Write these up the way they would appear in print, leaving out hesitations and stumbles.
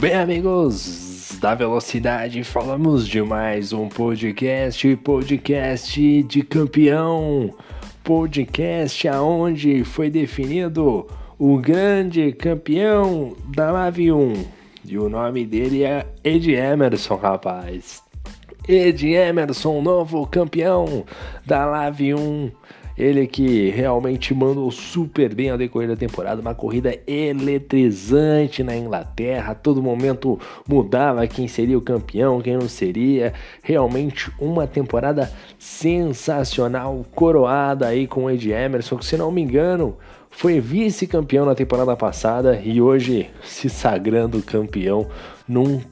Bem, amigos da Velocidade, falamos de mais um podcast de campeão, podcast aonde foi definido o grande campeão da Live 1, e o nome dele é Ed Emerson, rapaz. Ed Emerson, novo campeão da Live 1. Ele que realmente mandou super bem ao decorrer da temporada, uma corrida eletrizante na Inglaterra, a todo momento mudava quem seria o campeão, quem não seria, realmente uma temporada sensacional, coroada aí com o Ed Emerson, que se não me engano foi vice-campeão na temporada passada e hoje se sagrando campeão num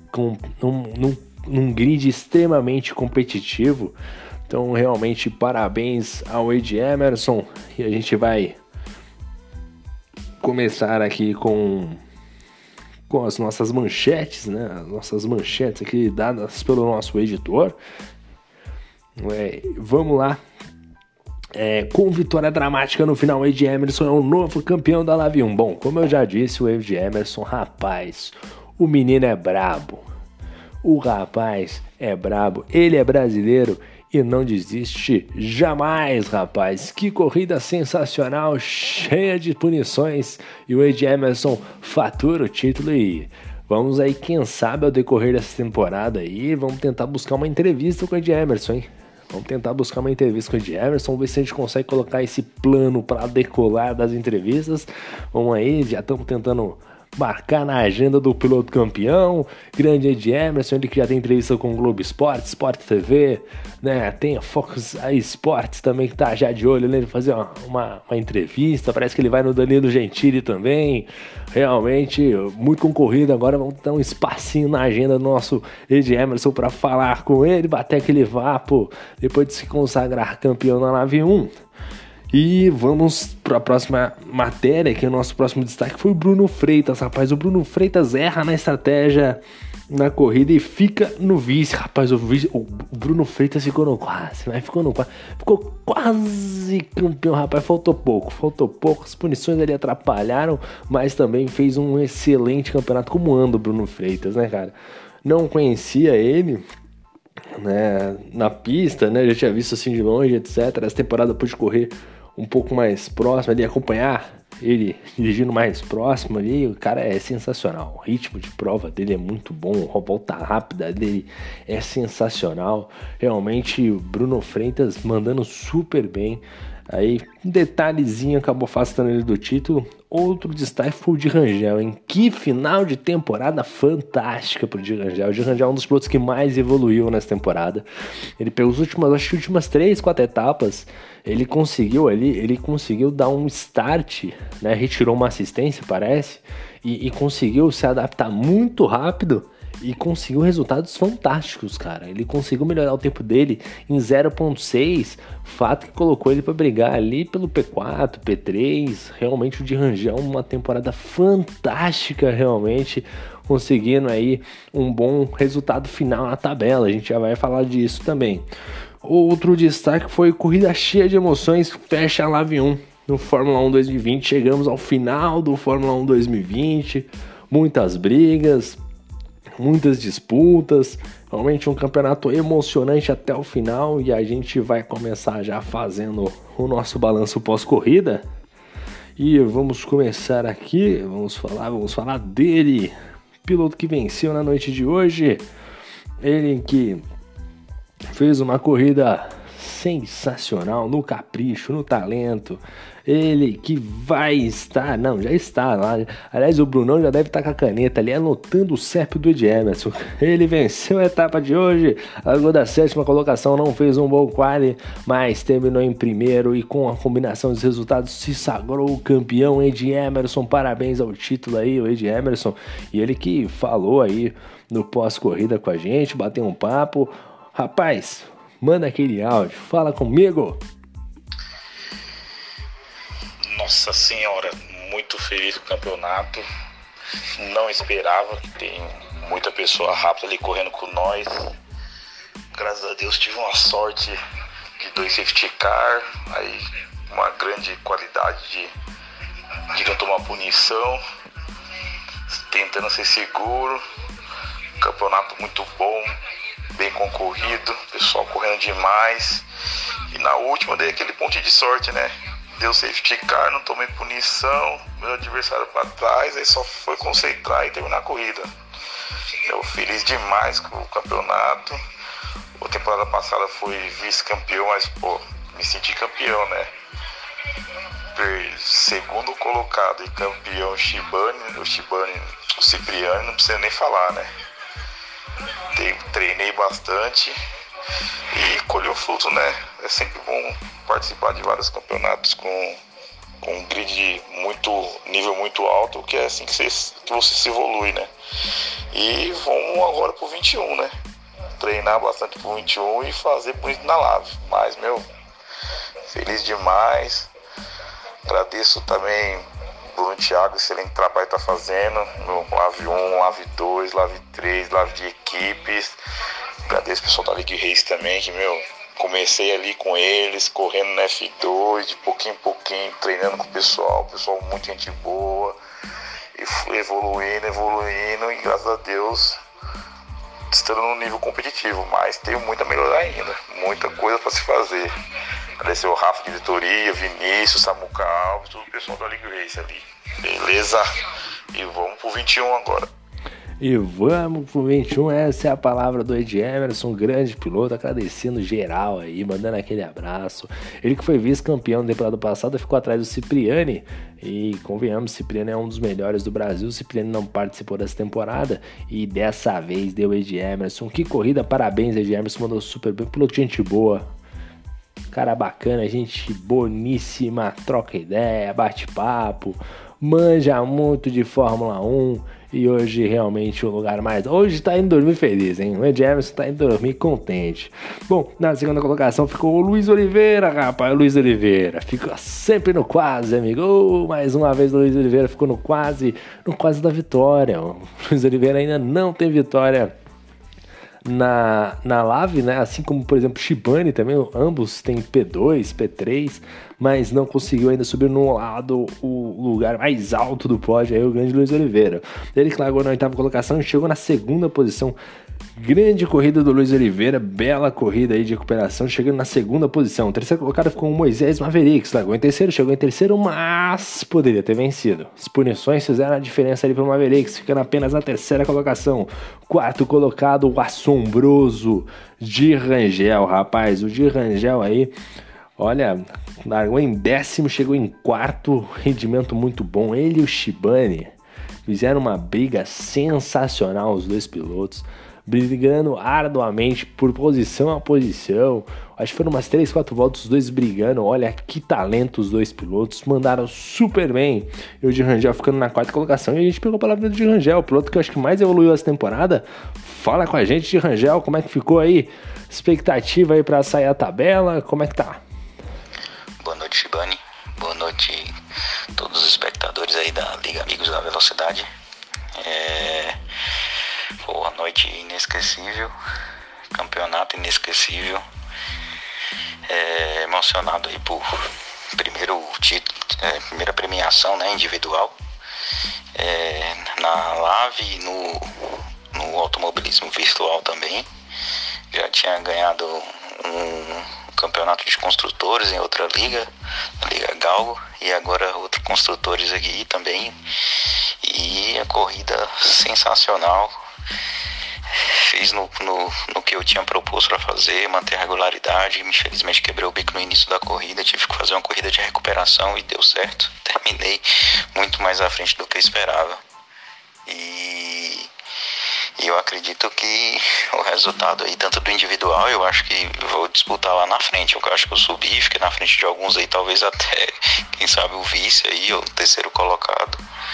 grid extremamente competitivo. Então, realmente, parabéns ao Ed Emerson. E a gente vai começar aqui com as nossas manchetes, né? As nossas manchetes aqui dadas pelo nosso editor. Vamos lá. Com vitória dramática no final, o Ed Emerson é o novo campeão da Live 1. Bom, como eu já disse, o Ed Emerson, rapaz, o menino é brabo. O rapaz é brabo. Ele é brasileiro e não desiste jamais, rapaz. Que corrida sensacional, cheia de punições. E o Ed Emerson fatura o título. E vamos aí, quem sabe, ao decorrer dessa temporada aí, vamos tentar buscar uma entrevista com o Ed Emerson, hein? Vamos tentar buscar uma entrevista com o Ed Emerson, ver se a gente consegue colocar esse plano para decolar das entrevistas. Vamos aí, já estamos tentando marcar na agenda do piloto campeão, grande Ed Emerson, ele que já tem entrevista com o Globo Esporte, Sport TV, né? Tem a Fox Sports também que tá já de olho nele fazer uma entrevista. Parece que ele vai no Danilo Gentili também. Realmente muito concorrido. Agora vamos dar um espacinho na agenda do nosso Ed Emerson para falar com ele, bater aquele vapo depois de se consagrar campeão na Live 1. E vamos para a próxima matéria, que o nosso próximo destaque foi o Bruno Freitas, rapaz. O Bruno Freitas erra na estratégia na corrida e fica no vice, rapaz. O Bruno Freitas ficou no quase, mas ficou quase campeão, rapaz. Faltou pouco. As punições ali atrapalharam, mas também fez um excelente campeonato. Como anda o Bruno Freitas, né, cara? Não conhecia ele, né, na pista, né? Já tinha visto assim de longe, etc. Essa temporada pude correr um pouco mais próximo ali, acompanhar ele dirigindo mais próximo ali. O cara é sensacional, o ritmo de prova dele é muito bom, a volta rápida dele é sensacional. Realmente o Bruno Freitas mandando super bem. Aí, um detalhezinho acabou afastando ele do título. Outro destaque foi o Di Rangel, hein? Que final de temporada fantástica pro Di Rangel. O Di Rangel é um dos pilotos que mais evoluiu nessa temporada. Ele pegou as últimas 3, 4 etapas. Ele conseguiu dar um start, né? Retirou uma assistência, parece, e conseguiu se adaptar muito rápido. E conseguiu resultados fantásticos, cara. Ele conseguiu melhorar o tempo dele em 0.6, fato que colocou ele para brigar ali pelo P4, P3. Realmente o Di Rangel, uma temporada fantástica, realmente conseguindo aí um bom resultado final na tabela. A gente já vai falar disso também. Outro destaque foi corrida cheia de emoções, fecha a Live 1 no Fórmula 1 2020. Chegamos ao final do Fórmula 1 2020, muitas brigas, muitas disputas, realmente um campeonato emocionante até o final. E a gente vai começar já fazendo o nosso balanço pós-corrida. E vamos começar aqui, vamos falar dele, piloto que venceu na noite de hoje. Ele que fez uma corrida sensacional, no capricho, no talento. Ele que já está lá. Aliás, o Brunão já deve estar com a caneta ali anotando o CEP do Ed Emerson. Ele venceu a etapa de hoje, largou da 7ª colocação, não fez um bom quali, mas terminou em primeiro e com a combinação dos resultados se sagrou o campeão Ed Emerson. Parabéns ao título aí, o Ed Emerson. E ele que falou aí no pós-corrida com a gente, bateu um papo. Rapaz, manda aquele áudio, fala comigo. Nossa senhora, muito feliz com o campeonato. Não esperava, que tem muita pessoa rápida ali correndo com nós. Graças a Deus tive uma sorte de 2 safety car, aí uma grande qualidade de não tomar punição. tentando ser seguro. Campeonato muito bom, bem concorrido, pessoal correndo demais. E na última dei aquele ponto de sorte, né? Deu safety car, não tomei punição, meu adversário para trás, aí só foi concentrar e terminar a corrida. Eu feliz demais com o campeonato. A temporada passada fui vice-campeão, mas me senti campeão, né? Segundo colocado e campeão o Cipriani, não precisa nem falar, né? Treinei bastante e colheu fruto, né? É sempre bom participar de vários campeonatos com um grid nível muito alto, que é assim que você se evolui, né? E vamos agora pro 21, né? Treinar bastante pro 21 e fazer bonito na Lave. Mas, feliz demais. Agradeço também Bruno Thiago, excelente trabalho que tá fazendo no Lave 1, Lave 2, Lave 3, Lave de equipes. Agradeço o pessoal da League Race também, que, comecei ali com eles, correndo no F2, de pouquinho em pouquinho, treinando com o pessoal muito gente boa, e fui evoluindo, e graças a Deus, estando no nível competitivo, mas tenho muito a melhorar ainda, muita coisa para se fazer. Agradecer o Rafa, diretoria, Vinícius, Samuca Alves, todo o pessoal da League Race ali. Beleza? E vamos pro 21 agora. E vamos pro 21, essa é a palavra do Ed Emerson, grande piloto, agradecendo geral aí, mandando aquele abraço. Ele que foi vice-campeão na temporada passada, ficou atrás do Cipriani, e convenhamos, Cipriani é um dos melhores do Brasil. O Cipriani não participou dessa temporada, e dessa vez deu Ed Emerson. Que corrida, parabéns Ed Emerson, mandou super bem, piloto gente boa. Cara bacana, gente boníssima, troca ideia, bate papo, manja muito de Fórmula 1 e hoje realmente o lugar mais... Hoje tá indo dormir feliz, hein? O Ed Emerson tá indo dormir contente. Bom, na segunda colocação ficou o Luiz Oliveira, rapaz, o Luiz Oliveira fica sempre no quase, amigo. Mais uma vez o Luiz Oliveira ficou no quase da vitória. O Luiz Oliveira ainda não tem vitória na Lave, né? Assim como, por exemplo, Shibane também, ambos têm P2, P3, mas não conseguiu ainda subir no lado o lugar mais alto do pódio, aí o grande Luiz Oliveira. Ele que largou na 8ª colocação e chegou na 2ª posição. Grande corrida do Luiz Oliveira, bela corrida aí de recuperação, chegando na 2ª posição. O terceiro colocado ficou o Moisés Mavericks, largou em terceiro, chegou em terceiro, mas poderia ter vencido. As punições fizeram a diferença ali para o Mavericks, ficando apenas na 3ª colocação. Quarto colocado, o assombroso Di Rangel, rapaz, o Di Rangel aí, olha, largou em 10º, chegou em 4º, rendimento muito bom. Ele e o Shibane fizeram uma briga sensacional, os dois pilotos, brigando arduamente por posição a posição. Acho que foram umas 3, 4 voltas os dois brigando. Olha que talento os dois pilotos, mandaram super bem. E o Di Rangel ficando na 4ª colocação. E a gente pegou a palavra do Di Rangel, o piloto que eu acho que mais evoluiu essa temporada. Fala com a gente, Di Rangel, como é que ficou aí? Expectativa aí pra sair a tabela, como é que tá? Boa noite, Shibane. Boa noite a todos os espectadores aí da Liga Amigos da Velocidade. Boa noite inesquecível, campeonato inesquecível. Emocionado aí por primeiro título, primeira premiação, né, individual, na Lave e no automobilismo virtual também. Já tinha ganhado um campeonato de construtores em outra liga, a Liga Galgo, e agora outro construtores aqui também. E a corrida sensacional. Fiz no que eu tinha proposto para fazer, manter a regularidade. Infelizmente quebrei o bico no início da corrida, tive que fazer uma corrida de recuperação e deu certo. Terminei muito mais à frente do que eu esperava. E eu acredito que o resultado aí, tanto do individual, eu acho que vou disputar lá na frente. Eu acho que eu subi, fiquei na frente de alguns aí, talvez até, quem sabe, o vice aí, ou o terceiro colocado.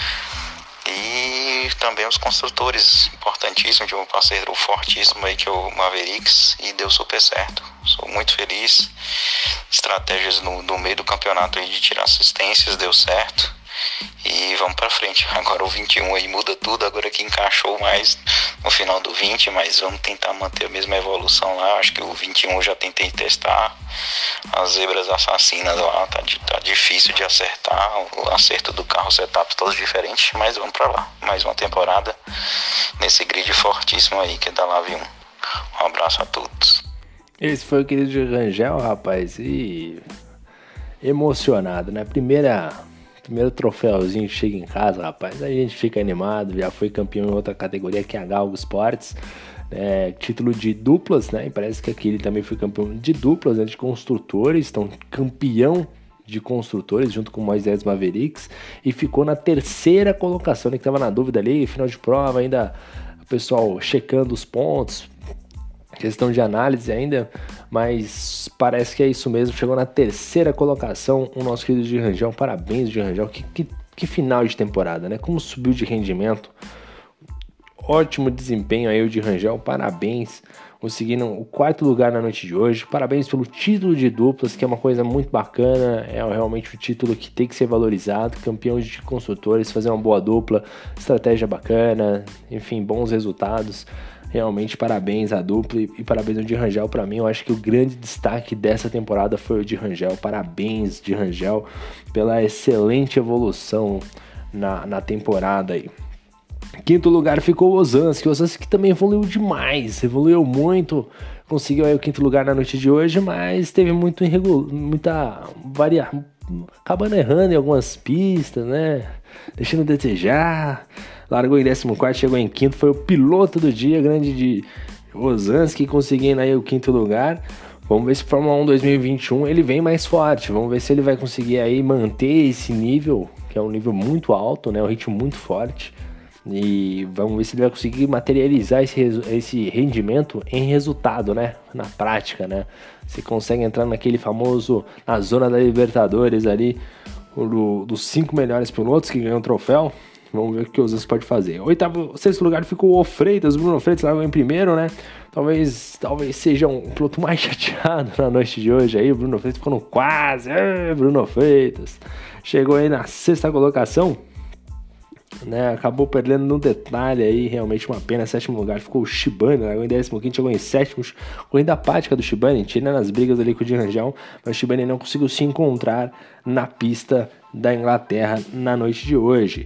E também os construtores, importantíssimos, de um parceiro fortíssimo aí que é o Mavericks, e deu super certo. Sou muito feliz. Estratégias no meio do campeonato aí de tirar assistências, deu certo. E vamos pra frente. Agora o 21 aí muda tudo, agora que encaixou mais no final do 20, mas vamos tentar manter a mesma evolução lá. Eu acho que o 21 eu já tentei testar as zebras assassinas lá, tá difícil de acertar, o acerto do carro, setup todos diferentes, mas vamos pra lá, mais uma temporada nesse grid fortíssimo aí que é da Lave 1. Um abraço a todos. Esse foi o querido de Rangel, rapaz, e emocionado, né? Primeiro troféuzinho que chega em casa, rapaz, a gente fica animado, já foi campeão em outra categoria que é a Galgo Sports, título de duplas, né? E parece que aqui ele também foi campeão de duplas, né? De construtores, então campeão de construtores junto com o Moisés Mavericks e ficou na terceira colocação, né? Que tava na dúvida ali, final de prova ainda, o pessoal checando os pontos, questão de análise ainda, mas parece que é isso mesmo, chegou na terceira colocação o nosso querido de Rangel. Parabéns, de Rangel, que final de temporada, né? Como subiu de rendimento, ótimo desempenho aí o de Rangel, parabéns, conseguindo o 4º lugar na noite de hoje, parabéns pelo título de duplas, que é uma coisa muito bacana, é realmente um título que tem que ser valorizado, campeão de construtores, fazer uma boa dupla, estratégia bacana, enfim, bons resultados. Realmente parabéns à dupla e parabéns ao de Rangel. Para mim, eu acho que o grande destaque dessa temporada foi o de Rangel. Parabéns, de Rangel, pela excelente evolução na temporada aí. 5º lugar ficou o Ozanski que também evoluiu demais, evoluiu muito, conseguiu aí o 5º lugar na noite de hoje, mas teve muita variação, acabando errando em algumas pistas, né? Deixando a desejar. Largou em 14º, chegou em 5º, foi o piloto do dia, grande de Ozanski, conseguindo aí o 5º lugar. Vamos ver se Fórmula 1 2021 ele vem mais forte, vamos ver se ele vai conseguir aí manter esse nível, que é um nível muito alto, né? Um ritmo muito forte. E vamos ver se ele vai conseguir materializar esse rendimento em resultado, né? Na prática, né? Você consegue entrar naquele famoso, na zona da Libertadores ali, dos 5 melhores pilotos que ganham o troféu. Vamos ver o que o Ozanski pode fazer. 6º lugar ficou o Freitas, Bruno Freitas largou em primeiro, né? Talvez seja um piloto mais chateado na noite de hoje aí. O Bruno Freitas ficou no quase. Bruno Freitas chegou aí na 6ª colocação, né? Acabou perdendo no detalhe aí, realmente uma pena. 7º lugar ficou o Shibane, largou em 15º, chegou em 7º. Corrida apática do Shibane, tirando as brigas ali com o de Rangel, mas o Shibane não conseguiu se encontrar na pista da Inglaterra na noite de hoje.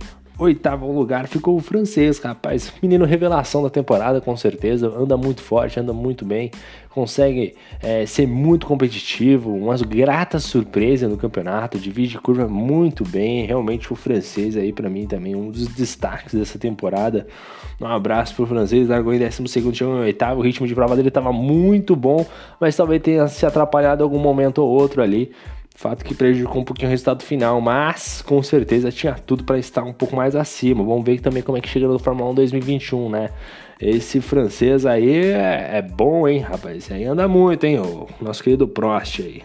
8º lugar ficou o francês, rapaz, menino revelação da temporada, com certeza, anda muito forte, anda muito bem, consegue ser muito competitivo, uma grata surpresa no campeonato, divide curva muito bem, realmente o francês aí pra mim também um dos destaques dessa temporada. Um abraço pro francês, largou em 12º, chegou em 8º, o ritmo de prova dele tava muito bom, mas talvez tenha se atrapalhado algum momento ou outro ali. Fato que prejudicou um pouquinho o resultado final, mas com certeza tinha tudo para estar um pouco mais acima. Vamos ver também como é que chega no Fórmula 1 2021, né? Esse francês aí é bom, hein, rapaz? Esse aí anda muito, hein, o nosso querido Prost aí.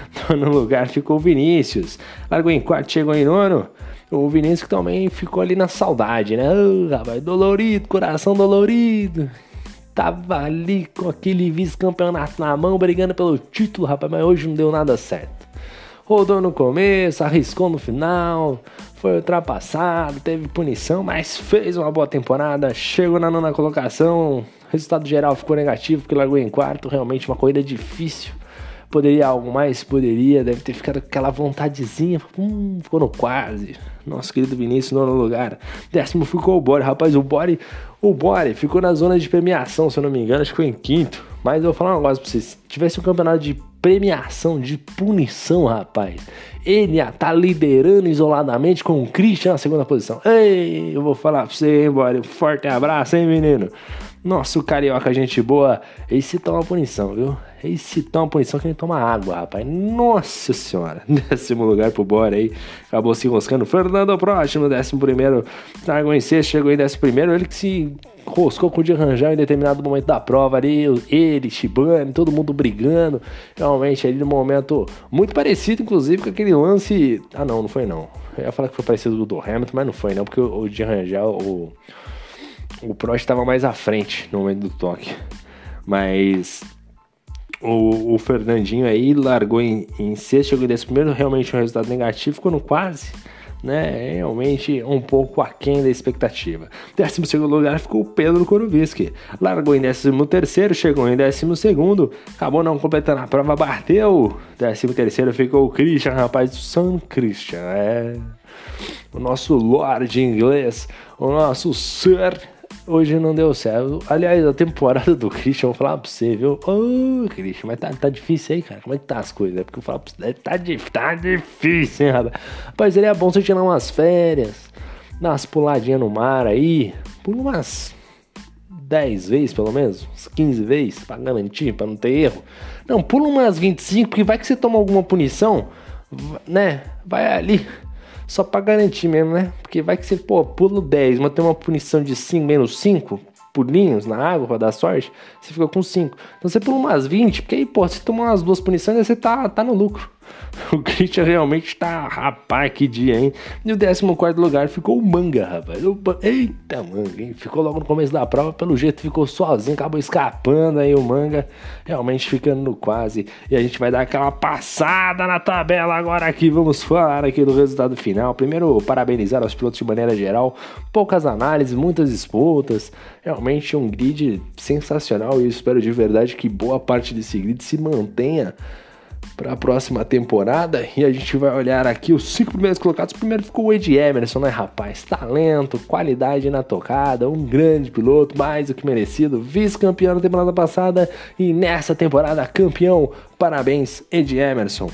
No lugar ficou o Vinícius. Largou em 4º, chegou em 9º. O Vinícius que também ficou ali na saudade, né? Rapaz, dolorido, coração dolorido. Tava ali com aquele vice-campeonato na mão, brigando pelo título, rapaz, mas hoje não deu nada certo. Rodou no começo, arriscou no final, foi ultrapassado, teve punição, mas fez uma boa temporada, chegou na 9ª colocação, resultado geral ficou negativo, porque largou em 4º, realmente uma corrida difícil. Poderia algo mais? Poderia, deve ter ficado aquela vontadezinha, ficou no quase. Nosso querido Vinícius, 9º lugar. 10º ficou o Bore, rapaz, o Bore ficou na zona de premiação, se eu não me engano, acho que ficou em 5º. Mas eu vou falar um negócio pra vocês, se tivesse um campeonato de premiação, de punição, rapaz, ele ia estar liderando isoladamente com o Christian na 2ª posição. Ei, eu vou falar pra você, hein, Bore, forte abraço, hein, menino. Nosso carioca, gente boa, esse toma punição, viu? Esse toma punição que ele toma água, rapaz. Nossa senhora. 10º lugar pro Bora aí. Acabou se enroscando. Fernando próximo, 11º. Largou em 6º, chegou em 11º. Ele que se enroscou com o de Rangel em determinado momento da prova ali. Ele, Shibane, todo mundo brigando. Realmente ali no momento muito parecido, inclusive, com aquele lance. Ah, não foi não. Eu ia falar que foi parecido do Hamilton, mas não foi não, porque o de Rangel, o Prost estava mais à frente no momento do toque. Mas o Fernandinho aí largou em 6º, chegou em 11º, realmente um resultado negativo, ficou no quase. né, realmente um pouco aquém da expectativa. 12º lugar ficou o Pedro Kurovski, largou em 13º, chegou em 12º, acabou não completando a prova, bateu. 13º ficou o Christian, rapaz, do San Christian, o nosso Lorde inglês, o nosso Sir. Hoje não deu certo. Aliás, a temporada do Christian, vou falar pra você, viu? Ô, Christian, mas tá difícil aí, cara. Como é que tá as coisas? É porque eu falo pra você, tá difícil, hein, rapaz? Rapaz, seria bom você tirar umas férias, dar umas puladinhas no mar aí, por umas 10 vezes, pelo menos, uns 15 vezes, pra garantir, pra não ter erro. Não, pula umas 25, porque vai que você toma alguma punição, né? Vai ali. Só pra garantir mesmo, né? Porque vai que você, pula 10, mas tem uma punição de 5 menos 5 pulinhos na água pra dar sorte, você fica com 5. Então você pula umas 20, porque aí, se tomar umas 2 punições, aí você tá no lucro. O Christian realmente tá, rapaz, que dia, hein? E o 14º lugar ficou o Manga, rapaz. Eita, Manga, hein? Ficou logo no começo da prova, pelo jeito ficou sozinho, acabou escapando aí o Manga, realmente ficando no quase. E a gente vai dar aquela passada na tabela agora aqui, vamos falar aqui do resultado final. Primeiro, parabenizar os pilotos de maneira geral, poucas análises, muitas disputas, realmente um grid sensacional e eu espero de verdade que boa parte desse grid se mantenha para a próxima temporada. E a gente vai olhar aqui os 5 primeiros colocados. O primeiro ficou o Wade Emerson, né, rapaz? Talento, qualidade na tocada, um grande piloto, mais do que merecido, vice-campeão na temporada passada e nessa temporada campeão. Parabéns, Wade Emerson.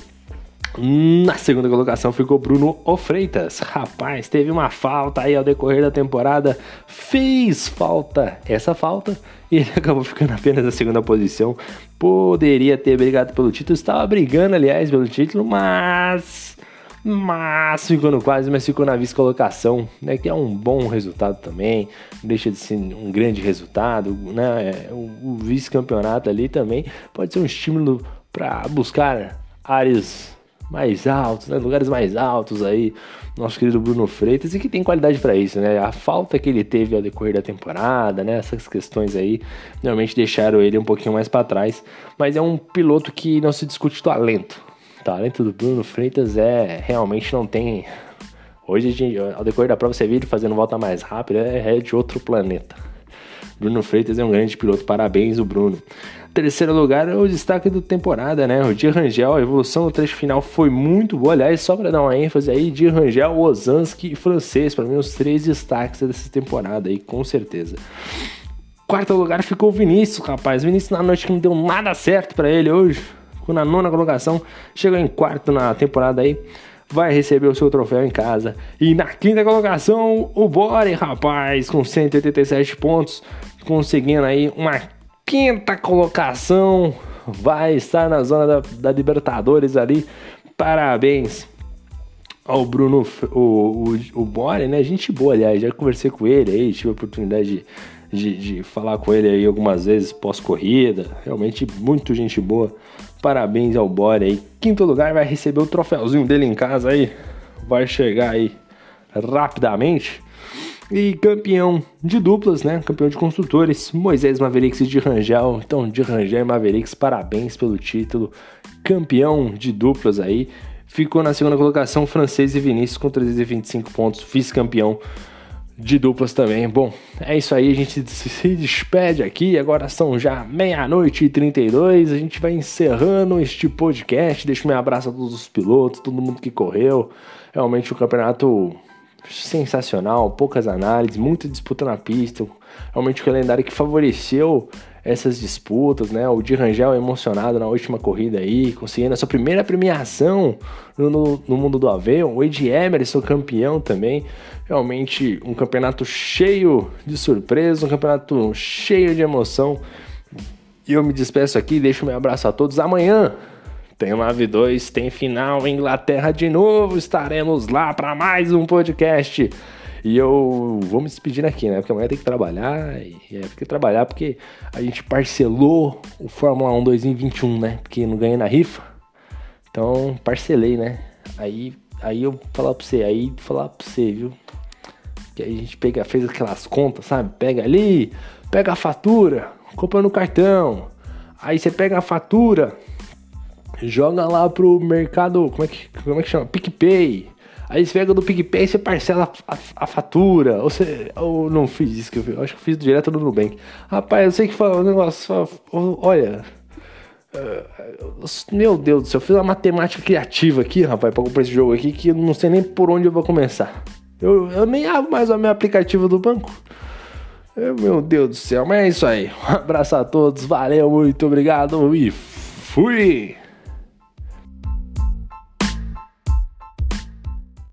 Na segunda colocação ficou Bruno Freitas. Rapaz, teve uma falta aí ao decorrer da temporada, fez essa falta e ele acabou ficando apenas na segunda posição. Poderia ter brigado pelo título, estava brigando, aliás, pelo título, mas ficou no quase, mas ficou na vice-colocação, né, que é um bom resultado também, não deixa de ser um grande resultado, né, o vice-campeonato ali também pode ser um estímulo para buscar áreas mais altos, né, lugares mais altos aí, nosso querido Bruno Freitas, e que tem qualidade para isso, né, a falta que ele teve ao decorrer da temporada, né, essas questões aí, realmente deixaram ele um pouquinho mais para trás, mas é um piloto que não se discute talento do Bruno Freitas realmente não tem, hoje ao decorrer da prova você vê ele fazendo volta mais rápida, é de outro planeta. Bruno Freitas é um grande piloto, parabéns o Bruno. Terceiro lugar é o destaque da temporada, né? O Di Rangel, a evolução no trecho final foi muito boa. Aliás, só para dar uma ênfase aí, Di Rangel, Ozanski e Francês, para mim os 3 destaques dessa temporada aí, com certeza. Quarto lugar ficou o Vinícius, rapaz. Vinícius na noite que não deu nada certo para ele hoje, ficou na 9ª colocação, chegou em quarto na temporada aí. Vai receber o seu troféu em casa. E na 5ª colocação, o Bore, rapaz, com 187 pontos, conseguindo aí uma 5ª colocação. Vai estar na zona da Libertadores ali. Parabéns ao Bruno, o Bore, né? Gente boa, aliás, já conversei com ele aí, tive a oportunidade de falar com ele aí algumas vezes pós-corrida. Realmente muito gente boa. Parabéns ao Bore aí. 5º lugar, vai receber o troféuzinho dele em casa aí. Vai chegar aí rapidamente. E campeão de duplas, né? Campeão de construtores, Moisés Mavericks e Di Rangel. Então, Di Rangel e Mavericks, parabéns pelo título. Campeão de duplas aí. Ficou na 2ª colocação, Francês e Vinícius com 325 pontos. Vice-campeão de duplas também. Bom, é isso aí, a gente se despede aqui, agora são já 00:32, a gente vai encerrando este podcast, deixo meu abraço a todos os pilotos, todo mundo que correu, realmente um campeonato sensacional, poucas análises, muita disputa na pista, realmente um calendário que favoreceu essas disputas, né? O Di Rangel emocionado na última corrida aí, conseguindo a sua primeira premiação no mundo do AV, o Wade Emerson campeão também, realmente um campeonato cheio de surpresa, um campeonato cheio de emoção, e eu me despeço aqui, deixo meu abraço a todos. Amanhã tem Live 2, tem final em Inglaterra de novo, estaremos lá para mais um podcast. E eu vou me despedindo aqui, né? Porque amanhã tem que trabalhar. Porque a gente parcelou o Fórmula 1 2021, né? Porque não ganhei na rifa. Então, parcelei, né? Aí eu falar pra você, viu? Que aí a gente fez aquelas contas, sabe? Pega a fatura, compra no cartão. Aí você pega a fatura, joga lá pro mercado, como é que chama? PicPay. Aí você pega do PicPay e você parcela a fatura. Ou não fiz isso que eu fiz. Eu acho que eu fiz direto do Nubank. Rapaz, eu sei que fala um negócio. Olha. Meu Deus do céu, eu fiz uma matemática criativa aqui, rapaz, pra comprar esse jogo aqui, que eu não sei nem por onde eu vou começar. Eu nem abro mais o meu aplicativo do banco. Meu Deus do céu, mas é isso aí. Um abraço a todos, valeu, muito obrigado e fui!